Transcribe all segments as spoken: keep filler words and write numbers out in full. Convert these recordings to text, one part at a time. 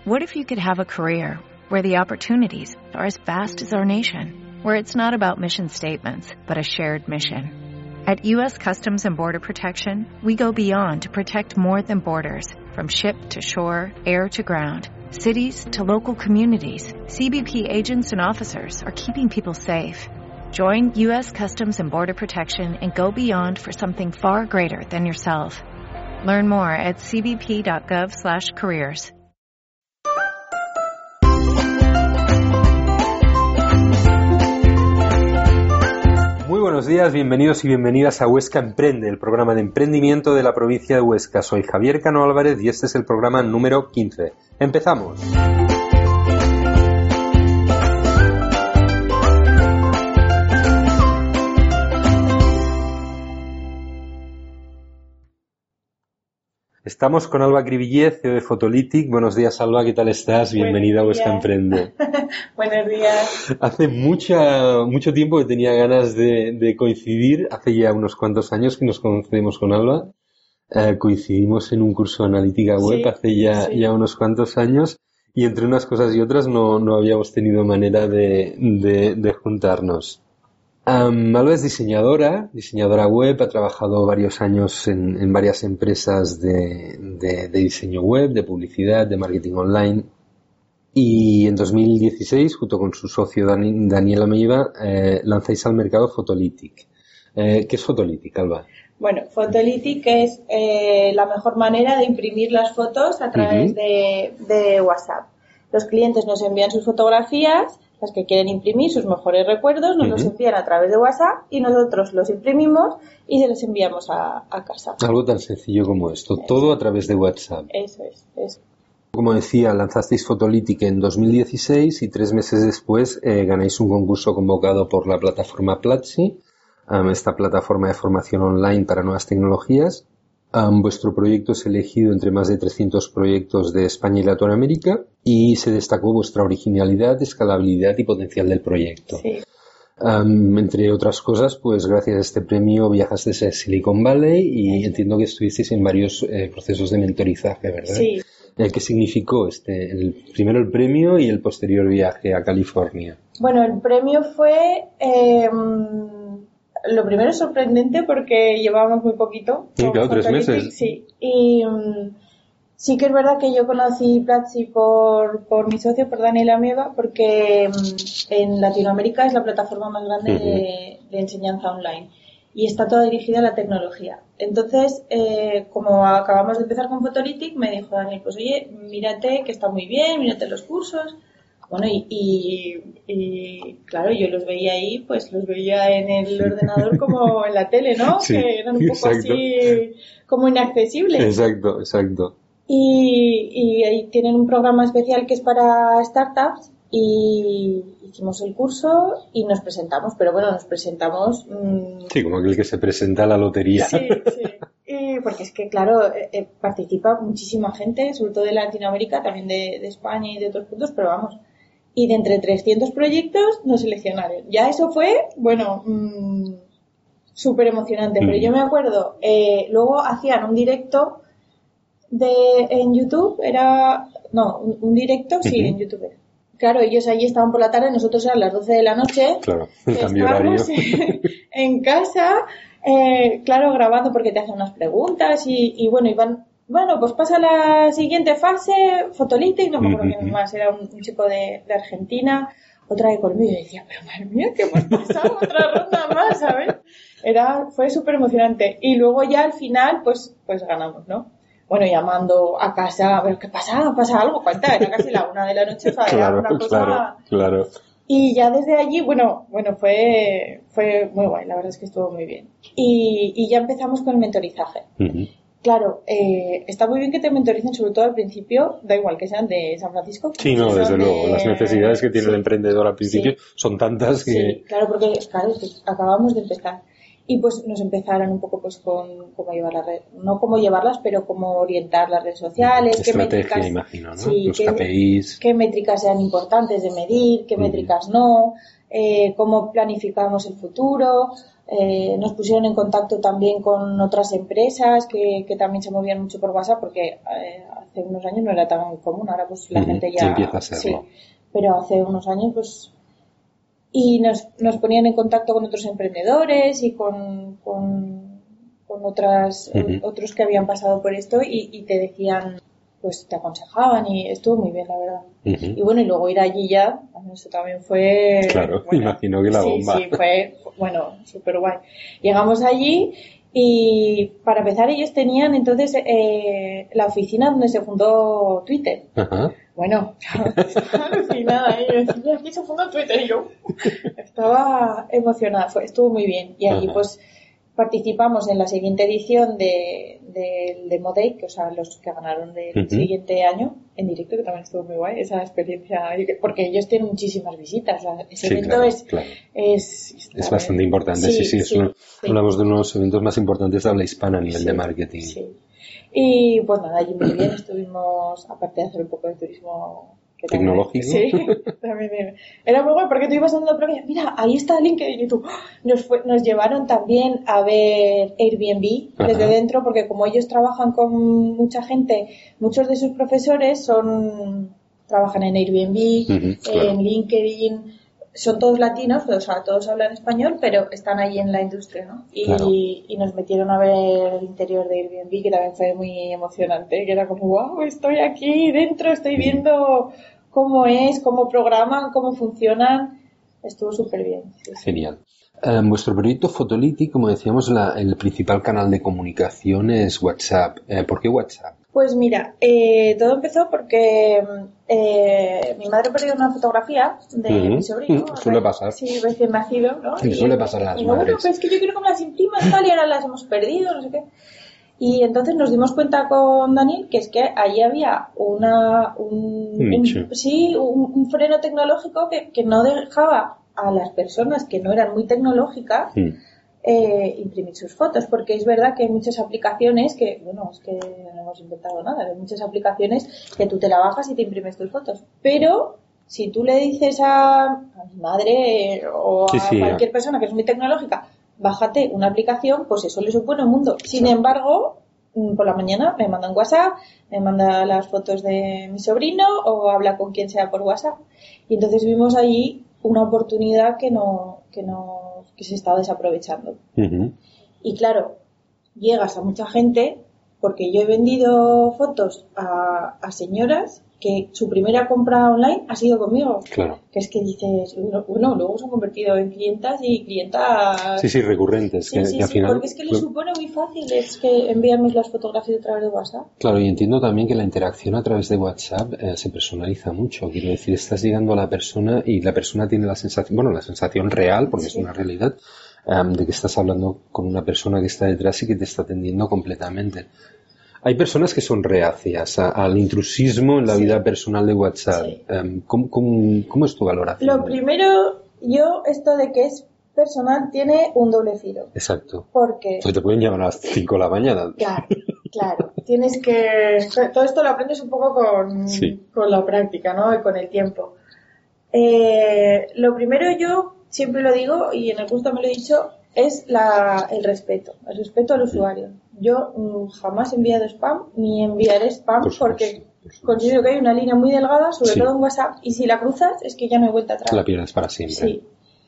What if you could have a career where the opportunities are as vast as our nation, where it's not about mission statements, but a shared mission? At U S Customs and Border Protection, we go beyond to protect more than borders. From ship to shore, air to ground, cities to local communities, C B P agents and officers are keeping people safe. Join U S Customs and Border Protection and go beyond for something far greater than yourself. Learn more at c b p dot gov slash careers. Muy buenos días, bienvenidos y bienvenidas a Huesca Emprende, el programa de emprendimiento de la provincia de Huesca. Soy Javier Cano Álvarez y este es el programa número quince. ¡Empezamos! Estamos con Alba Cribillé, C E O de Photolytic. Buenos días, Alba, ¿qué tal estás? Bienvenida a Huesca Emprende. Buenos días. Hace mucha, mucho tiempo que tenía ganas de, de coincidir, hace ya unos cuantos años que nos conocemos con Alba. Eh, coincidimos en un curso de analítica web sí, hace ya, sí. ya unos cuantos años y entre unas cosas y otras no, no habíamos tenido manera de, de, de juntarnos. Um, Alba es diseñadora, diseñadora web, ha trabajado varios años en, en varias empresas de, de, de diseño web, de publicidad, de marketing online y en dos mil dieciséis, junto con su socio Dani, Daniel Ameiva, eh, lanzáis al mercado Photolytic. Eh, ¿Qué es Photolytic, Alba? Bueno, Photolytic es eh, la mejor manera de imprimir las fotos a través uh-huh. de, de WhatsApp. Los clientes nos envían sus fotografías, las que quieren imprimir, sus mejores recuerdos, nos uh-huh. los envían a través de WhatsApp y nosotros los imprimimos y se los enviamos a, a casa. Algo tan sencillo como esto, eso. Todo a través de WhatsApp. Eso es, eso. Como decía, lanzasteis Photolytic en dos mil dieciséis y tres meses después eh, ganáis un concurso convocado por la plataforma Platzi, um, esta plataforma de formación online para nuevas tecnologías. Um, vuestro proyecto es elegido entre más de trescientos proyectos de España y Latinoamérica y se destacó vuestra originalidad, escalabilidad y potencial del proyecto. Sí. Um, entre otras cosas, pues gracias a este premio viajasteis a Silicon Valley y sí. entiendo que estuvisteis en varios eh, procesos de mentorizaje, ¿verdad? Sí. Eh, ¿Qué significó este, el, primero el premio y el posterior viaje a California? Bueno, el premio fue... Eh, Lo primero es sorprendente porque llevábamos muy poquito. Sí, claro, tres meses. Sí, y um, sí que es verdad que yo conocí Platzi por, por mi socio, por Daniel Ameiva, porque um, en Latinoamérica es la plataforma más grande uh-huh. de, de enseñanza online y está toda dirigida a la tecnología. Entonces, eh, como acabamos de empezar con Photolytic, me dijo Daniel, pues oye, mírate que está muy bien, mírate los cursos. Bueno, y, y, y claro, yo los veía ahí, pues los veía en el ordenador como en la tele, ¿no? Sí, que eran un poco exacto. así como inaccesibles. Exacto, exacto. Y, y ahí tienen un programa especial que es para startups y hicimos el curso y nos presentamos, pero bueno, nos presentamos... Mmm, sí, como aquel que se presenta a la lotería. Sí, sí. Y porque es que, claro, eh, participa muchísima gente, sobre todo de Latinoamérica, también de, de España y de otros puntos, pero vamos... Y de entre trescientos proyectos nos seleccionaron. Ya eso fue, bueno, mmm, súper emocionante. Mm. Pero yo me acuerdo, eh, luego hacían un directo de en YouTube, era... No, un, un directo, uh-huh. sí, en YouTube era. Claro, ellos allí estaban por la tarde, nosotros eran las doce de la noche. Claro, el cambio horario. En casa, eh, claro, grabando porque te hacen unas preguntas y, y bueno, iban... Bueno, pues pasa la siguiente fase, Photolytic, no me acuerdo uh-huh. quién más, era un, un chico de, de Argentina, otra de Colombia, y yo decía, pero madre mía, ¿qué hemos pasado? Otra ronda más, ¿sabes? Era, fue súper emocionante. Y luego ya al final, pues, pues ganamos, ¿no? Bueno, llamando a casa, pero ¿qué pasa? ¿Pasa algo? ¿Cuánta? Era casi la una de la noche, o sea, claro, era una cosa... Claro, claro. Y ya desde allí, bueno, bueno, fue, fue muy guay, la verdad es que estuvo muy bien. Y, y ya empezamos con el mentorizaje. Uh-huh. Claro, eh, está muy bien que te mentoricen, sobre todo al principio, da igual que sean de San Francisco. Sí, no, desde de, luego, las necesidades que tiene sí, el emprendedor al principio sí, son tantas que... Sí, claro, porque claro, acabamos de empezar. Y pues nos empezaron un poco pues con cómo llevar las redes, no cómo llevarlas, pero cómo orientar las redes sociales, qué métricas, imagino, ¿no? Sí, los qué, K P Is. Qué métricas sean importantes de medir, qué mm. métricas no, eh, cómo planificamos el futuro... Eh, nos pusieron en contacto también con otras empresas que, que también se movían mucho por WhatsApp, porque eh, hace unos años no era tan común, ahora pues la uh-huh. gente ya... Sí, empieza a serlo. Sí, pero hace unos años pues... Y nos, nos ponían en contacto con otros emprendedores y con, con, con otras, uh-huh. otros que habían pasado por esto y, y te decían, pues te aconsejaban y estuvo muy bien, la verdad. Uh-huh. Y bueno, y luego ir allí ya, eso también fue... Claro, bueno, imagino que la bomba. Sí, sí, fue, bueno, súper guay. Llegamos allí y para empezar ellos tenían entonces eh, la oficina donde se fundó Twitter. Uh-huh. Bueno, estaba alucinada y yo decía, aquí se fundó Twitter y yo estaba emocionada, fue, estuvo muy bien. Y allí uh-huh. pues participamos en la siguiente edición de, de, de Modey, que o sea, los que ganaron del uh-huh. siguiente año en directo, que también estuvo muy guay, esa experiencia, porque ellos tienen muchísimas visitas, o sea, ese sí, evento claro, es, claro. es, es, es bastante importante, sí, sí, sí, es sí, uno, sí. hablamos de uno de los eventos más importantes de habla hispana a nivel sí, de marketing. Sí. Y pues nada, allí muy bien, estuvimos, aparte de hacer un poco de turismo tecnológico. Sí, también era muy guay porque tú ibas dando propiedad. Mira, ahí está LinkedIn y tú. Nos, fue, nos llevaron también a ver Airbnb Ajá. desde dentro porque como ellos trabajan con mucha gente, muchos de sus profesores son trabajan en Airbnb, uh-huh, claro. en LinkedIn, son todos latinos, o sea, todos hablan español, pero están ahí en la industria, ¿no? Y, claro. y nos metieron a ver el interior de Airbnb, que también fue muy emocionante, que era como, wow, estoy aquí dentro, estoy viendo cómo es, cómo programan, cómo funcionan. Estuvo súper bien. Sí, sí. Genial. En vuestro proyecto Photolity, como decíamos, la, el principal canal de comunicación es WhatsApp. Eh, ¿Por qué WhatsApp? Pues mira, eh, todo empezó porque eh, mi madre perdió una fotografía de uh-huh. mi sobrino. Uh-huh. Suele pasar. Sí, recién nacido, ¿no? Sí, y suele pasar a las y madres. Bueno, pues es que yo quiero que me las impriman tal y ahora las hemos perdido, no sé qué. Y entonces nos dimos cuenta con Daniel que es que ahí había una un, un, sí, un, un freno tecnológico que, que no dejaba a las personas que no eran muy tecnológicas mm. eh, imprimir sus fotos, porque es verdad que hay muchas aplicaciones que, bueno, es que no hemos inventado nada, hay muchas aplicaciones que tú te la bajas y te imprimes tus fotos, pero si tú le dices a, a mi madre eh, o sí, a sí, cualquier ya. persona que es muy tecnológica, bájate una aplicación, pues eso le supone un mundo. Sin Exacto. embargo, por la mañana me manda un WhatsApp, me manda las fotos de mi sobrino o habla con quien sea por WhatsApp. Y entonces vimos allí una oportunidad que no que no que se estaba desaprovechando. Uh-huh. Y claro, llegas a mucha gente porque yo he vendido fotos a, a señoras que su primera compra online ha sido conmigo. Claro. Que es que dices, bueno, bueno luego se han convertido en clientas y clientas... Sí, sí, recurrentes. Sí, que, sí, que al sí, final... porque es que les supone muy fácil es que enviarnos las fotografías a través de WhatsApp. Claro, y entiendo también que la interacción a través de WhatsApp eh, se personaliza mucho. Quiero decir, estás llegando a la persona y la persona tiene la sensación, bueno, la sensación real, porque sí. es una realidad, um, de que estás hablando con una persona que está detrás y que te está atendiendo completamente. Hay personas que son reacias a, al intrusismo en la sí. vida personal de WhatsApp. Sí. Um, ¿cómo, cómo, ¿Cómo es tu valoración? Lo primero, yo, esto de que es personal tiene un doble filo. Exacto. Porque... Porque te pueden llamar a las cinco de la mañana. Claro, claro. Tienes que... Todo esto lo aprendes un poco con, sí. con la práctica, ¿no? Y con el tiempo. Eh, lo primero yo siempre lo digo, y en el curso me lo he dicho, es la, el respeto. El respeto al usuario. Yo mmm, jamás he enviado spam, ni enviaré spam, por porque por considero que hay una línea muy delgada, sobre sí. todo en WhatsApp, y si la cruzas es que ya no hay vuelta atrás. La pierdes para siempre. Sí.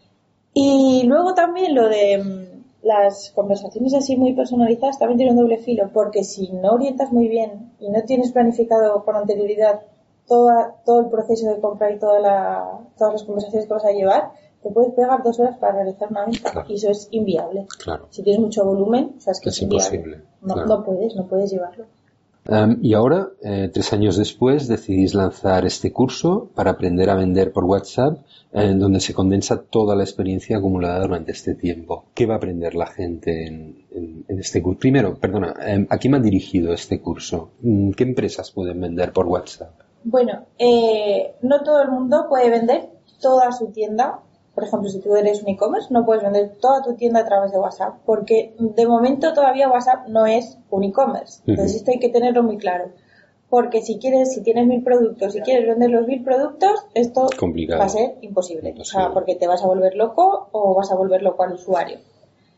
Y luego también lo de mmm, las conversaciones así muy personalizadas también tiene un doble filo, porque si no orientas muy bien y no tienes planificado con anterioridad toda, todo el proceso de compra y toda la, todas las conversaciones que vas a llevar, te puedes pegar dos horas para realizar una venta claro. y eso es inviable. Claro. Si tienes mucho volumen, sabes que es, es inviable. Imposible. No, Claro. no puedes, no puedes llevarlo. Um, y ahora, eh, tres años después, decidís lanzar este curso para aprender a vender por WhatsApp, eh, en donde se condensa toda la experiencia acumulada durante este tiempo. ¿Qué va a aprender la gente en, en, en este curso? Primero, perdona, eh, ¿a quién me ha dirigido este curso? ¿Qué empresas pueden vender por WhatsApp? Bueno, eh, no todo el mundo puede vender toda su tienda. Por ejemplo, si tú eres un e-commerce, no puedes vender toda tu tienda a través de WhatsApp, porque de momento todavía WhatsApp no es un e-commerce. Entonces uh-huh. esto hay que tenerlo muy claro. Porque si quieres, si tienes mil productos, si quieres vender los mil productos, esto Complicado. va a ser imposible. imposible. O sea, porque te vas a volver loco o vas a volver loco al usuario.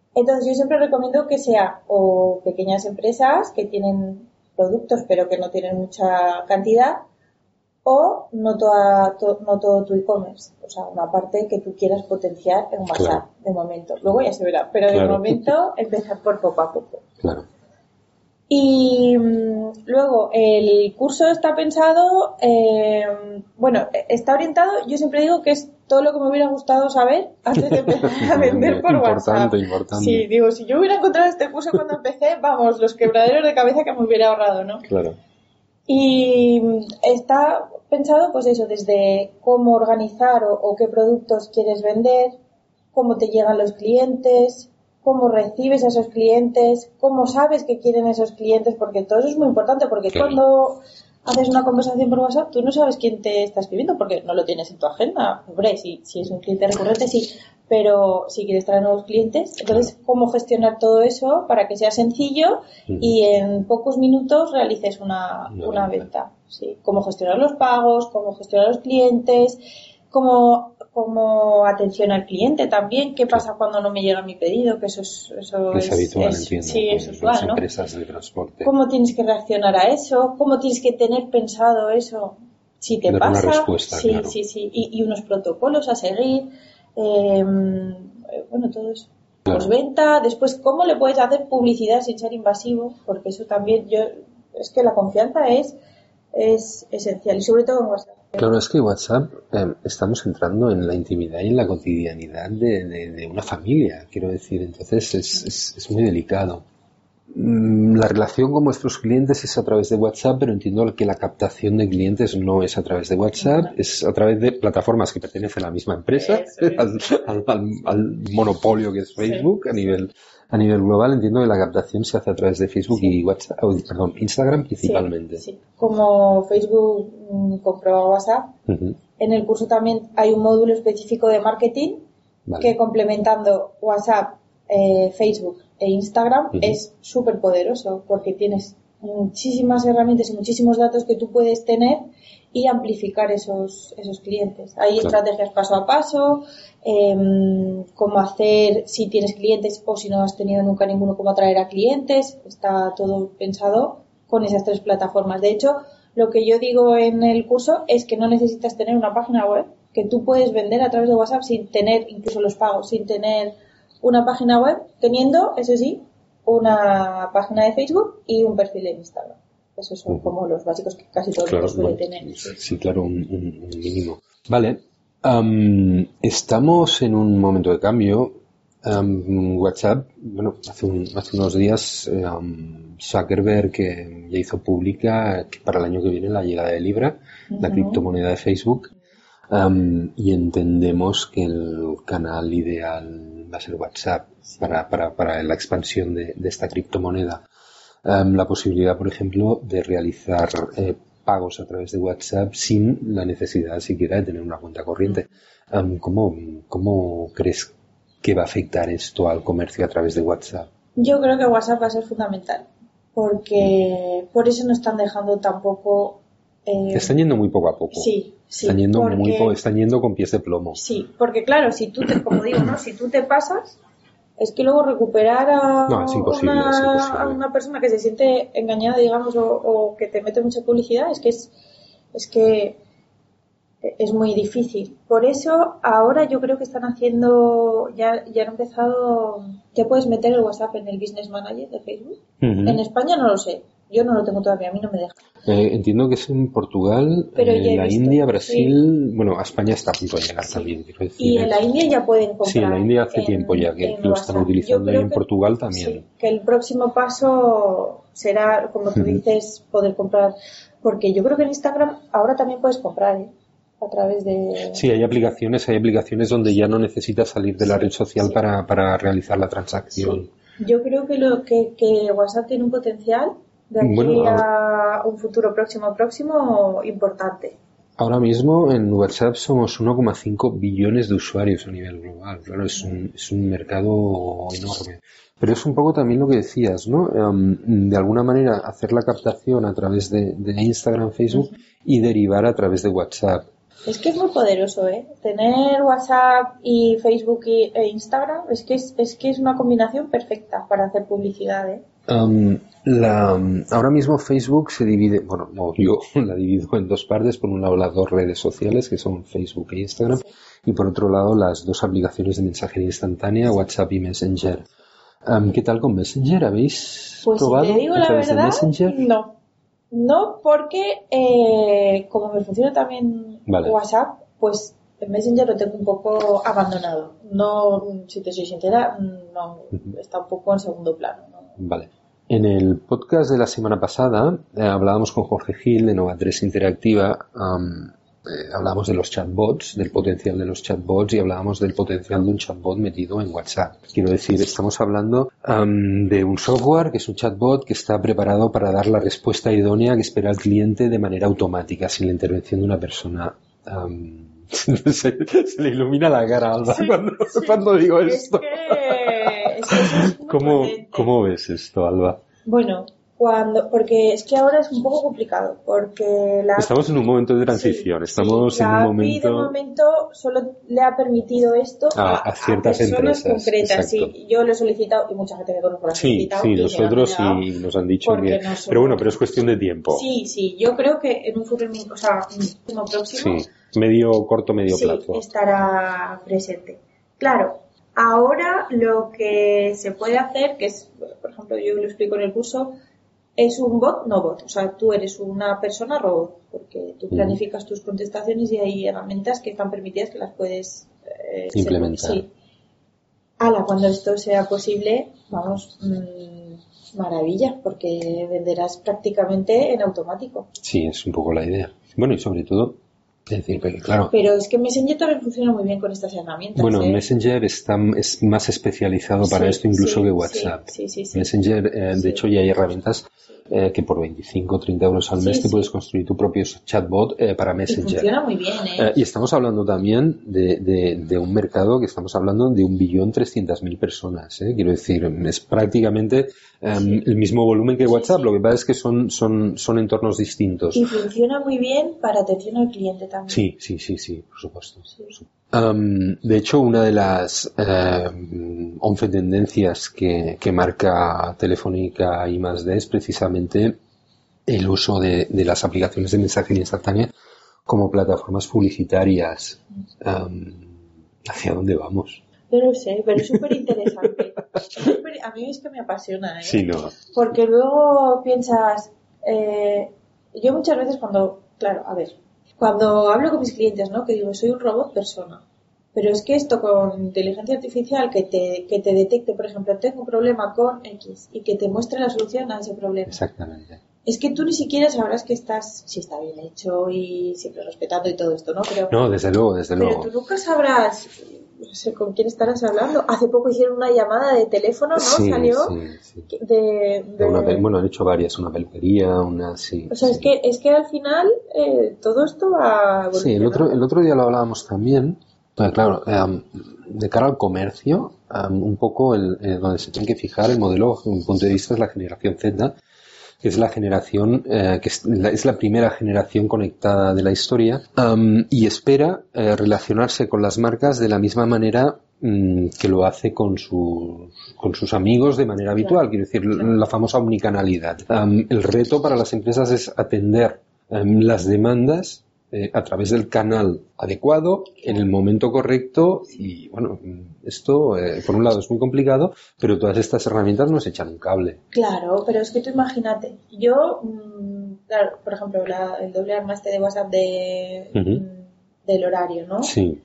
Entonces yo siempre recomiendo que sea o pequeñas empresas que tienen productos pero que no tienen mucha cantidad, o no, toda, to, no todo tu e-commerce, o sea, una parte que tú quieras potenciar en WhatsApp, claro, de momento. Luego ya se verá, pero claro, de momento empezar por poco a poco. Claro. Y luego el curso está pensado, eh, bueno, está orientado, yo siempre digo que es todo lo que me hubiera gustado saber antes de empezar a vender por importante, WhatsApp. Importante. Sí, digo, si yo hubiera encontrado este curso cuando empecé, vamos, los quebraderos de cabeza que me hubiera ahorrado, ¿no? Claro. Y está pensado, pues eso, desde cómo organizar o, o qué productos quieres vender, cómo te llegan los clientes, cómo recibes a esos clientes, cómo sabes que quieren esos clientes, porque todo eso es muy importante, porque claro, cuando haces una conversación por WhatsApp, tú no sabes quién te está escribiendo, porque no lo tienes en tu agenda. Hombre, si, si es un cliente recurrente, sí, pero si quieres traer nuevos clientes, entonces cómo gestionar todo eso para que sea sencillo y en pocos minutos realices una, una venta. Sí, cómo gestionar los pagos, cómo gestionar los clientes, cómo, cómo atención al cliente también, qué pasa cuando no me llega mi pedido, que eso es, eso es, es habitual, es, entiendo, sí, es usual, las ¿no? empresas de transporte. Cómo tienes que reaccionar a eso, cómo tienes que tener pensado eso, si te Dar pasa, una respuesta, sí, claro. sí, sí, y, y unos protocolos a seguir. Eh, bueno, todo eso. Claro. Postventa, después cómo le puedes hacer publicidad sin ser invasivo, porque eso también, yo, es que la confianza es, es esencial, y sobre todo en WhatsApp. Claro, es que WhatsApp eh, estamos entrando en la intimidad y en la cotidianidad de, de, de una familia, quiero decir, entonces es, es, es muy delicado. La relación con vuestros clientes es a través de WhatsApp, pero entiendo que la captación de clientes no es a través de WhatsApp, no. Es a través de plataformas que pertenecen a la misma empresa, al, al, al, al monopolio que es Facebook, sí, a nivel a nivel global. Entiendo que la captación se hace a través de Facebook sí. y WhatsApp, oh, perdón, Instagram principalmente. Sí, sí. Como Facebook mmm, compró WhatsApp, uh-huh. En el curso también hay un módulo específico de marketing, vale, que complementando WhatsApp, eh, Facebook e Instagram uh-huh. es súper poderoso, porque tienes muchísimas herramientas y muchísimos datos que tú puedes tener y amplificar esos esos clientes. Hay claro. estrategias paso a paso, eh, cómo hacer si tienes clientes o si no has tenido nunca ninguno, cómo atraer a clientes. Está todo pensado con esas tres plataformas. De hecho, lo que yo digo en el curso es que no necesitas tener una página web, que tú puedes vender a través de WhatsApp sin tener incluso los pagos, sin tener una página web, teniendo, eso sí, una página de Facebook y un perfil en Instagram. Esos son como los básicos que casi todo el mundo suele tener. Sí, claro, un, un, un mínimo. Vale, um, estamos en un momento de cambio. Um, WhatsApp, bueno, hace, un, hace unos días um, Zuckerberg que ya hizo pública que para el año que viene la llegada de Libra, uh-huh. la criptomoneda de Facebook, um, y entendemos que el canal ideal va a ser WhatsApp para, para, para la expansión de, de esta criptomoneda. Um, la posibilidad, por ejemplo, de realizar eh, pagos a través de WhatsApp sin la necesidad siquiera de tener una cuenta corriente. Um, ¿cómo, ¿Cómo crees que va a afectar esto al comercio a través de WhatsApp? Yo creo que WhatsApp va a ser fundamental, porque por eso no están dejando tampoco... Eh... Están yendo muy poco a poco. Sí, sí. Están yendo, porque... muy po- están yendo con pies de plomo. Sí, porque claro, si tú te, como digo, ¿no? Si tú te pasas... Es que luego recuperar a, no, es imposible, una, es imposible. a una persona que se siente engañada, digamos, o, o que te mete mucha publicidad, es que es, es que es muy difícil. Por eso ahora yo creo que están haciendo, ya, ya han empezado, ya puedes meter el WhatsApp en el Business Manager de Facebook. Uh-huh. En España no lo sé, yo no lo tengo todavía, a mí no me deja. Eh, entiendo que es en Portugal, pero en la visto, India, Brasil, sí. Bueno, a España está a punto de llegar sí. también. Quiero decir, y en la India ya pueden comprar. Sí, en la India hace en, tiempo ya que lo están utilizando y en que, Portugal también. Sí, que el próximo paso será, como tú uh-huh. dices, poder comprar, porque yo creo que en Instagram ahora también puedes comprar, ¿eh? A través de... Sí, hay aplicaciones, hay aplicaciones donde ya no necesitas salir de la sí, red social sí. para, para realizar la transacción. Sí. Yo creo que lo que, que WhatsApp tiene un potencial de aquí bueno, a un futuro próximo próximo importante. Ahora mismo en WhatsApp somos uno coma cinco billones de usuarios a nivel global. Claro, es un, es un mercado enorme. Pero es un poco también lo que decías, ¿no? Um, de alguna manera hacer la captación a través de, de Instagram, Facebook uh-huh. y derivar a través de WhatsApp. Es que es muy poderoso, ¿eh? Tener WhatsApp y Facebook y, e Instagram es que es, es que es una combinación perfecta para hacer publicidad, ¿eh? Um, la, ahora mismo Facebook se divide, bueno, no, yo la divido en dos partes. Por un lado las dos redes sociales que son Facebook e Instagram, sí. Y por otro lado las dos aplicaciones de mensajería instantánea, WhatsApp y Messenger. Um, ¿Qué tal con Messenger? ¿Habéis pues probado si te digo a la través verdad, de Messenger? No, no porque eh, como me funciona también vale. WhatsApp, pues el Messenger lo tengo un poco abandonado. No, si te soy sincera, no, uh-huh. Está un poco en segundo plano, ¿no? Vale. En el podcast de la semana pasada eh, hablábamos con Jorge Gil de Nova tres Interactiva, um, eh, hablábamos de los chatbots, del potencial de los chatbots y hablábamos del potencial de un chatbot metido en WhatsApp. Quiero decir, estamos hablando um, de un software que es un chatbot que está preparado para dar la respuesta idónea que espera el cliente de manera automática, sin la intervención de una persona. Um, se, se le ilumina la cara, Alba, sí, cuando, sí. cuando digo es esto. Que, es que es ¿Cómo, ¿Cómo ves esto, Alba? Bueno, cuando porque es que ahora es un poco complicado, porque la estamos en un momento de transición, sí, estamos sí, en un momento... de momento solo le ha permitido esto a, a ciertas a personas empresas concretas. Sí, yo lo he solicitado y mucha gente me conoce lo ha solicitado. Sí, sí, nosotros sí nos han dicho que... No somos... Pero bueno, pero es cuestión de tiempo. Sí, sí, yo creo que en un futuro, o sea, en un próximo... Sí, medio corto, medio sí, plazo. Estará presente. Claro, ahora lo que se puede hacer, que es, por ejemplo, yo lo explico en el curso, es un bot, no bot. O sea, tú eres una persona robot, porque tú planificas tus contestaciones y hay herramientas que están permitidas que las puedes eh, implementar. Sí. Ala, cuando esto sea posible, vamos, mmm, maravilla, porque venderás prácticamente en automático. Sí, es un poco la idea. Bueno, y sobre todo, es decir, pero claro. Pero es que Messenger también funciona muy bien con estas herramientas. Bueno, ¿eh? Messenger está, es más especializado para sí, esto incluso sí, que WhatsApp. Sí, sí, sí, Messenger, eh, de sí. hecho, ya hay herramientas eh, que por veinticinco o treinta euros al mes sí, te sí. puedes construir tu propio chatbot eh, para Messenger. Y funciona muy bien, ¿eh? eh y estamos hablando también de, de, de un mercado que estamos hablando de un billón trescientas mil personas. ¿eh? Quiero decir, es prácticamente eh, sí. el mismo volumen que WhatsApp. Sí, sí. Lo que pasa es que son, son, son entornos distintos. Y funciona muy bien para atención al cliente también. Sí, sí, sí, sí, por supuesto. Sí. Um, de hecho, una de las eh, once tendencias que, que marca Telefónica I más D es precisamente el uso de, de las aplicaciones de mensajería instantánea como plataformas publicitarias. Um, ¿Hacia dónde vamos? No lo sé, pero es súper interesante. A mí es que me apasiona, ¿eh? Sí, no. Porque luego piensas... Eh, yo muchas veces cuando... Claro, a ver... Cuando hablo con mis clientes, ¿no? Que digo, soy un robot persona. Pero es que esto con inteligencia artificial que te, que te detecte, por ejemplo, tengo un problema con X y que te muestre la solución a ese problema. Exactamente. Es que tú ni siquiera sabrás que estás, si está bien hecho y siempre respetando y todo esto, ¿no? Pero, no, desde luego, desde pero luego. Pero tú nunca sabrás, no sé con quién estarás hablando. Hace poco hicieron una llamada de teléfono, ¿no? Sí, Salió sí, sí. De, de... Una, bueno, han hecho varias, una peluquería, una, sí. O sea, sí. es que es que al final eh, todo esto va... Sí, el otro, el otro día lo hablábamos también. Claro, um, de cara al comercio, um, un poco el, eh, donde se tiene que fijar el modelo, desde un punto de vista, es la generación Z, que es la generación, eh, que es la, es la primera generación conectada de la historia, um, y espera eh, relacionarse con las marcas de la misma manera um, que lo hace con sus, con sus amigos de manera habitual, claro. Quiero decir, claro. La famosa omnicanalidad. Um, el reto para las empresas es atender um, las demandas Eh, a través del canal adecuado, en el momento correcto, y bueno, esto eh, por un lado es muy complicado, pero todas estas herramientas nos echan un cable. Claro, pero es que tú imagínate, yo, mmm, claro, por ejemplo, la, el doble arma este de WhatsApp de, uh-huh. mmm, del horario, ¿no? Sí.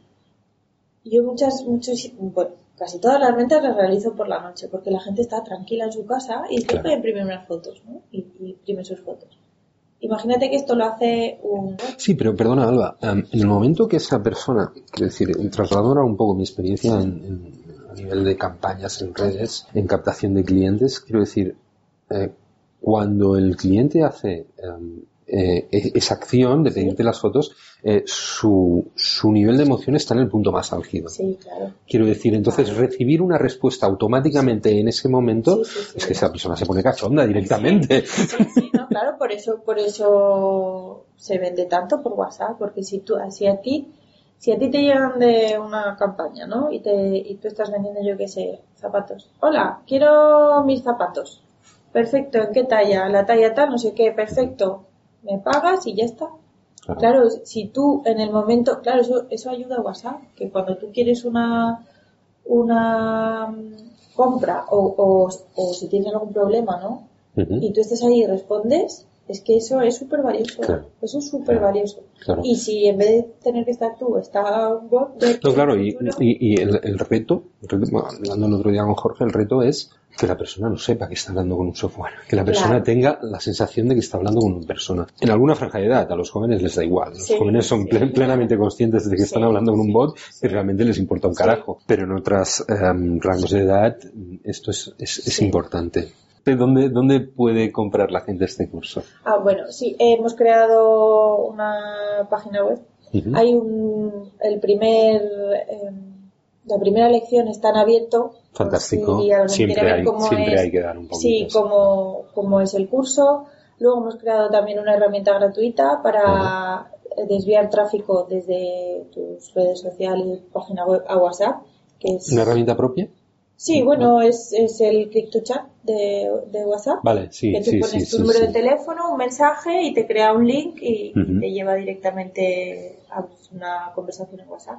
Yo muchas, muchos, bueno, casi todas las ventas las realizo por la noche, porque la gente está tranquila en su casa y claro. puede imprimir unas fotos, ¿no? Y, y imprime sus fotos. Imagínate que esto lo hace un... Sí, pero perdona, Alba, um, en el momento que esa persona, quiero decir, trasladando ahora un poco mi experiencia en, en, a nivel de campañas en redes, en captación de clientes, quiero decir, eh, cuando el cliente hace um, eh, esa acción de pedirte las fotos, eh, su, su nivel de emoción está en el punto más álgido. Sí, claro. Quiero decir, entonces claro. recibir una respuesta automáticamente sí. en ese momento, sí, sí, sí, es que esa persona se pone cachonda directamente. Sí, sí, sí, no, claro, por eso, por eso se vende tanto por WhatsApp, porque si tú, así a ti, si a ti te llegan de una campaña, ¿no? Y te, y tú estás vendiendo, yo qué sé, zapatos. Hola, quiero mis zapatos. Perfecto, ¿en qué talla? La talla tal, no sé qué, perfecto. Me pagas y ya está. Claro. claro, si tú en el momento, claro, eso, eso ayuda a WhatsApp, que cuando tú quieres una una compra o, o, o si tienes algún problema, ¿no? Uh-huh. Y tú estás ahí y respondes, es que eso es súper valioso. Claro. Eso es súper claro. valioso. Claro. Y si en vez de tener que estar tú, está un bot... De no, claro, y, y, y el, el reto, el reto bueno, hablando el otro día con Jorge, el reto es que la persona no sepa que está hablando con un software, que la persona claro. tenga la sensación de que está hablando con una persona. En alguna franja de edad, a los jóvenes les da igual. Los sí, jóvenes son sí, plen, plenamente conscientes de que sí, están hablando con un bot y realmente les importa un carajo. Sí. Pero en otros um, rangos de edad esto es, es, es sí. importante. ¿Dónde, ¿Dónde puede comprar la gente este curso? Ah, bueno, sí, eh, hemos creado una página web. Uh-huh. Hay un, el primer, eh, la primera lección está en abierto. Fantástico. Si siempre hay, siempre es, hay que dar un poquito. Sí, cómo, cómo es el curso. Luego hemos creado también una herramienta gratuita para uh-huh. desviar tráfico desde tus redes sociales, página web a WhatsApp. Que es... ¿Una herramienta propia? Sí, bueno, es, es el click to chat de, de WhatsApp. Vale, sí, que tú sí, pones sí, tu número sí, de teléfono, un mensaje y te crea un link y, uh-huh. y te lleva directamente a una conversación en WhatsApp.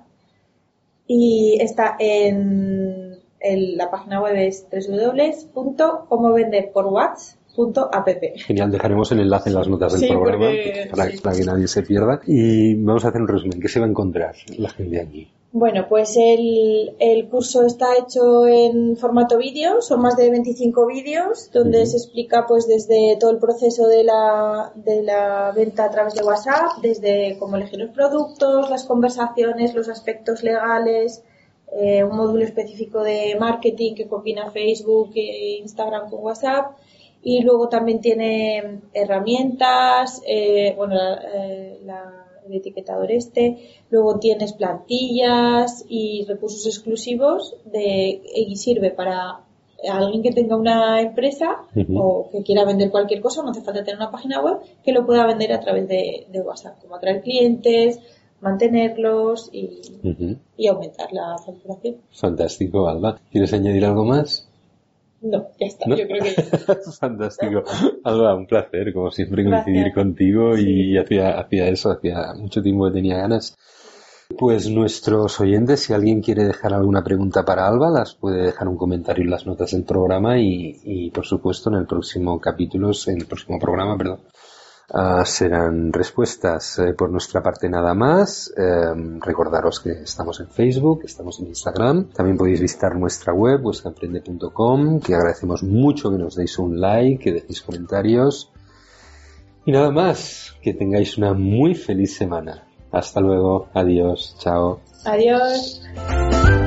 Y está en, en la página web es doble u doble u doble u punto como vender por whats punto app. Genial, dejaremos el enlace en las notas del sí, programa porque, para, sí. para que nadie se pierda. Y vamos a hacer un resumen. ¿Qué se va a encontrar la gente aquí? Bueno, pues el, el curso está hecho en formato vídeo, son más de veinticinco vídeos donde uh-huh. se explica pues desde todo el proceso de la, de la venta a través de WhatsApp, desde cómo elegir los productos, las conversaciones, los aspectos legales, eh, un módulo específico de marketing que combina Facebook e Instagram con WhatsApp y luego también tiene herramientas, eh, bueno, la, eh, la el etiquetador este, luego tienes plantillas y recursos exclusivos de, y sirve para alguien que tenga una empresa uh-huh. o que quiera vender cualquier cosa, no hace falta tener una página web, que lo pueda vender a través de, de WhatsApp, como atraer clientes, mantenerlos y, uh-huh. y aumentar la facturación. Fantástico, Alba. ¿Quieres añadir algo más? No, ya está, ¿No? Yo creo que ya. Fantástico. Alba, un placer, como siempre, coincidir Gracias. contigo y sí. hacía, hacía eso, hacía mucho tiempo que tenía ganas. Pues nuestros oyentes, si alguien quiere dejar alguna pregunta para Alba, las puede dejar un comentario en las notas del programa y, y por supuesto, en el próximo capítulo, en el próximo programa, perdón, Uh, serán respuestas. Eh, por nuestra parte nada más. Eh, recordaros que estamos en Facebook, estamos en Instagram. También podéis visitar nuestra web, buscaemprende punto com, que agradecemos mucho que nos deis un like, que dejéis comentarios. Y nada más, que tengáis una muy feliz semana. Hasta luego, adiós, chao. Adiós.